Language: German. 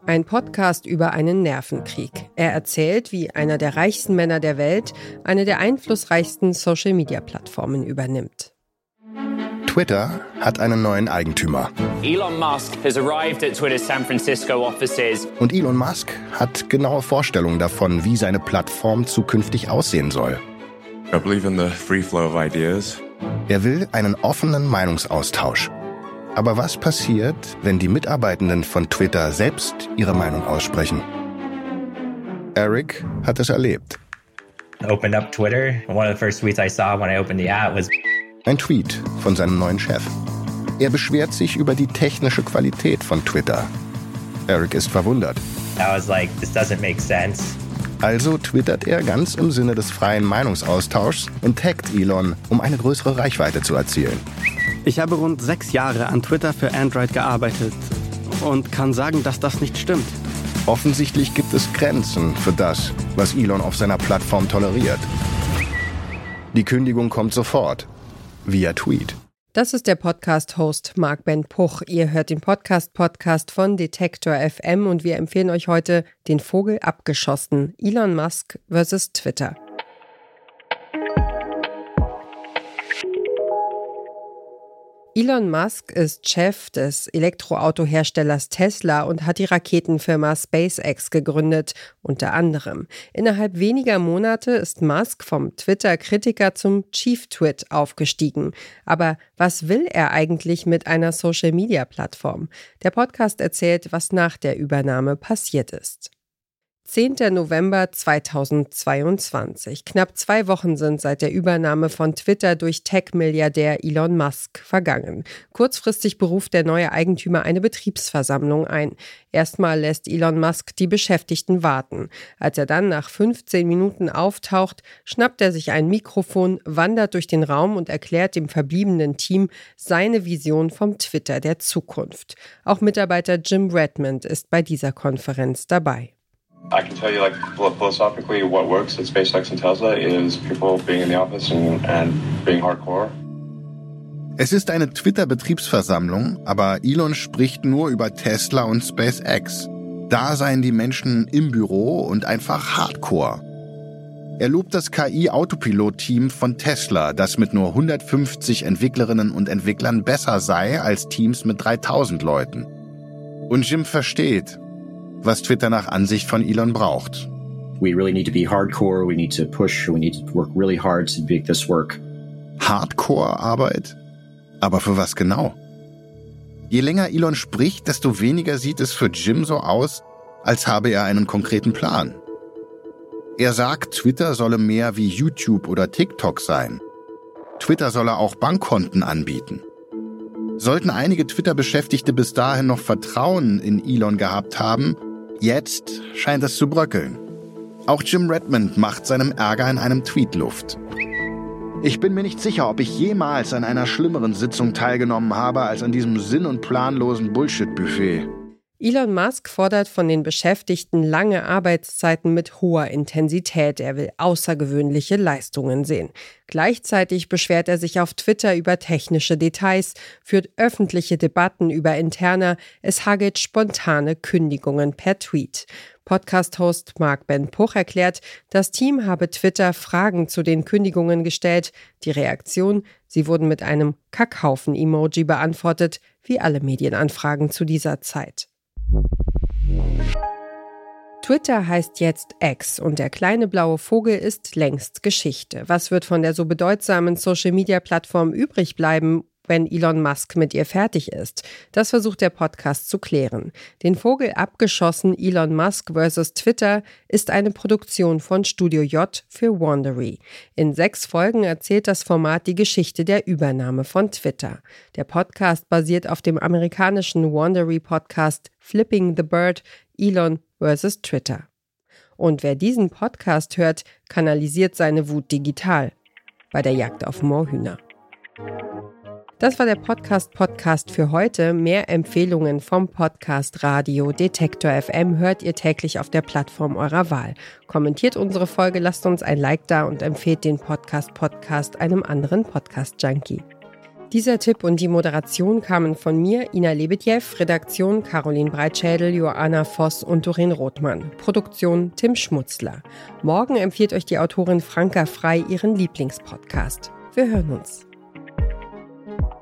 Ein Podcast über einen Nervenkrieg. Er erzählt, wie einer der reichsten Männer der Welt eine der einflussreichsten Social-Media-Plattformen übernimmt. Twitter hat einen neuen Eigentümer. Elon Musk has arrived at Twitter's San Francisco offices. Und Elon Musk hat genaue Vorstellungen davon, wie seine Plattform zukünftig aussehen soll. I believe in the free flow of ideas. Er will einen offenen Meinungsaustausch. Aber was passiert, wenn die Mitarbeitenden von Twitter selbst ihre Meinung aussprechen? Eric hat es erlebt. I opened up Twitter. One of the first tweets I saw when I opened the app was ein Tweet von seinem neuen Chef. Er beschwert sich über die technische Qualität von Twitter. Eric ist verwundert. I was like, this doesn't make sense. Also twittert er ganz im Sinne des freien Meinungsaustauschs und taggt Elon, um eine größere Reichweite zu erzielen. Ich habe rund 6 Jahre an Twitter für Android gearbeitet und kann sagen, dass das nicht stimmt. Offensichtlich gibt es Grenzen für das, was Elon auf seiner Plattform toleriert. Die Kündigung kommt sofort, via Tweet. Das ist der Podcast-Host Marc Ben Puch. Ihr hört den Podcast von Detektor FM und wir empfehlen euch heute den Vogel abgeschossen. Elon Musk versus Twitter. Elon Musk ist Chef des Elektroautoherstellers Tesla und hat die Raketenfirma SpaceX gegründet, unter anderem. Innerhalb weniger Monate ist Musk vom Twitter-Kritiker zum Chief Twit aufgestiegen. Aber was will er eigentlich mit einer Social-Media-Plattform? Der Podcast erzählt, was nach der Übernahme passiert ist. 10. November 2022. Knapp 2 Wochen sind seit der Übernahme von Twitter durch Tech-Milliardär Elon Musk vergangen. Kurzfristig beruft der neue Eigentümer eine Betriebsversammlung ein. Erstmal lässt Elon Musk die Beschäftigten warten. Als er dann nach 15 Minuten auftaucht, schnappt er sich ein Mikrofon, wandert durch den Raum und erklärt dem verbliebenen Team seine Vision vom Twitter der Zukunft. Auch Mitarbeiter Jim Redmond ist bei dieser Konferenz dabei. I can tell you, like, philosophically, what works at SpaceX and Tesla is people being in the office and being hardcore. Es ist eine Twitter-Betriebsversammlung, aber Elon spricht nur über Tesla und SpaceX. Da seien die Menschen im Büro und einfach hardcore. Er lobt das KI-Autopilot-Team von Tesla, das mit nur 150 Entwicklerinnen und Entwicklern besser sei als Teams mit 3000 Leuten. Und Jim versteht, was Twitter nach Ansicht von Elon braucht. We really need to be hardcore, we need to push, we need to work really hard to make this work. Hardcore-Arbeit? Aber für was genau? Je länger Elon spricht, desto weniger sieht es für Jim so aus, als habe er einen konkreten Plan. Er sagt, Twitter solle mehr wie YouTube oder TikTok sein. Twitter solle auch Bankkonten anbieten. Sollten einige Twitter-Beschäftigte bis dahin noch Vertrauen in Elon gehabt haben, jetzt scheint es zu bröckeln. Auch Jim Redmond macht seinem Ärger in einem Tweet Luft. Ich bin mir nicht sicher, ob ich jemals an einer schlimmeren Sitzung teilgenommen habe als an diesem sinn- und planlosen Bullshit-Buffet. Elon Musk fordert von den Beschäftigten lange Arbeitszeiten mit hoher Intensität. Er will außergewöhnliche Leistungen sehen. Gleichzeitig beschwert er sich auf Twitter über technische Details, führt öffentliche Debatten über Interna. Es hagelt spontane Kündigungen per Tweet. Podcast-Host Marc Ben Puch erklärt, das Team habe Twitter Fragen zu den Kündigungen gestellt. Die Reaktion: sie wurden mit einem Kackhaufen-Emoji beantwortet, wie alle Medienanfragen zu dieser Zeit. Twitter heißt jetzt X und der kleine blaue Vogel ist längst Geschichte. Was wird von der so bedeutsamen Social-Media-Plattform übrig bleiben, wenn Elon Musk mit ihr fertig ist? Das versucht der Podcast zu klären. Den Vogel abgeschossen, Elon Musk vs. Twitter ist eine Produktion von Studio J für Wondery. In 6 Folgen erzählt das Format die Geschichte der Übernahme von Twitter. Der Podcast basiert auf dem amerikanischen Wondery-Podcast Flipping the Bird, Elon vs. Twitter. Und wer diesen Podcast hört, kanalisiert seine Wut digital bei der Jagd auf Moorhühner. Das war der Podcast für heute. Mehr Empfehlungen vom Podcast Radio Detektor FM hört ihr täglich auf der Plattform eurer Wahl. Kommentiert unsere Folge, lasst uns ein Like da und empfehlt den Podcast einem anderen Podcast-Junkie. Dieser Tipp und die Moderation kamen von mir, Ina Lebedjew, Redaktion Caroline Breitschädel, Joanna Voss und Doreen Rothmann, Produktion Tim Schmutzler. Morgen empfiehlt euch die Autorin Franka Frei ihren Lieblingspodcast. Wir hören uns.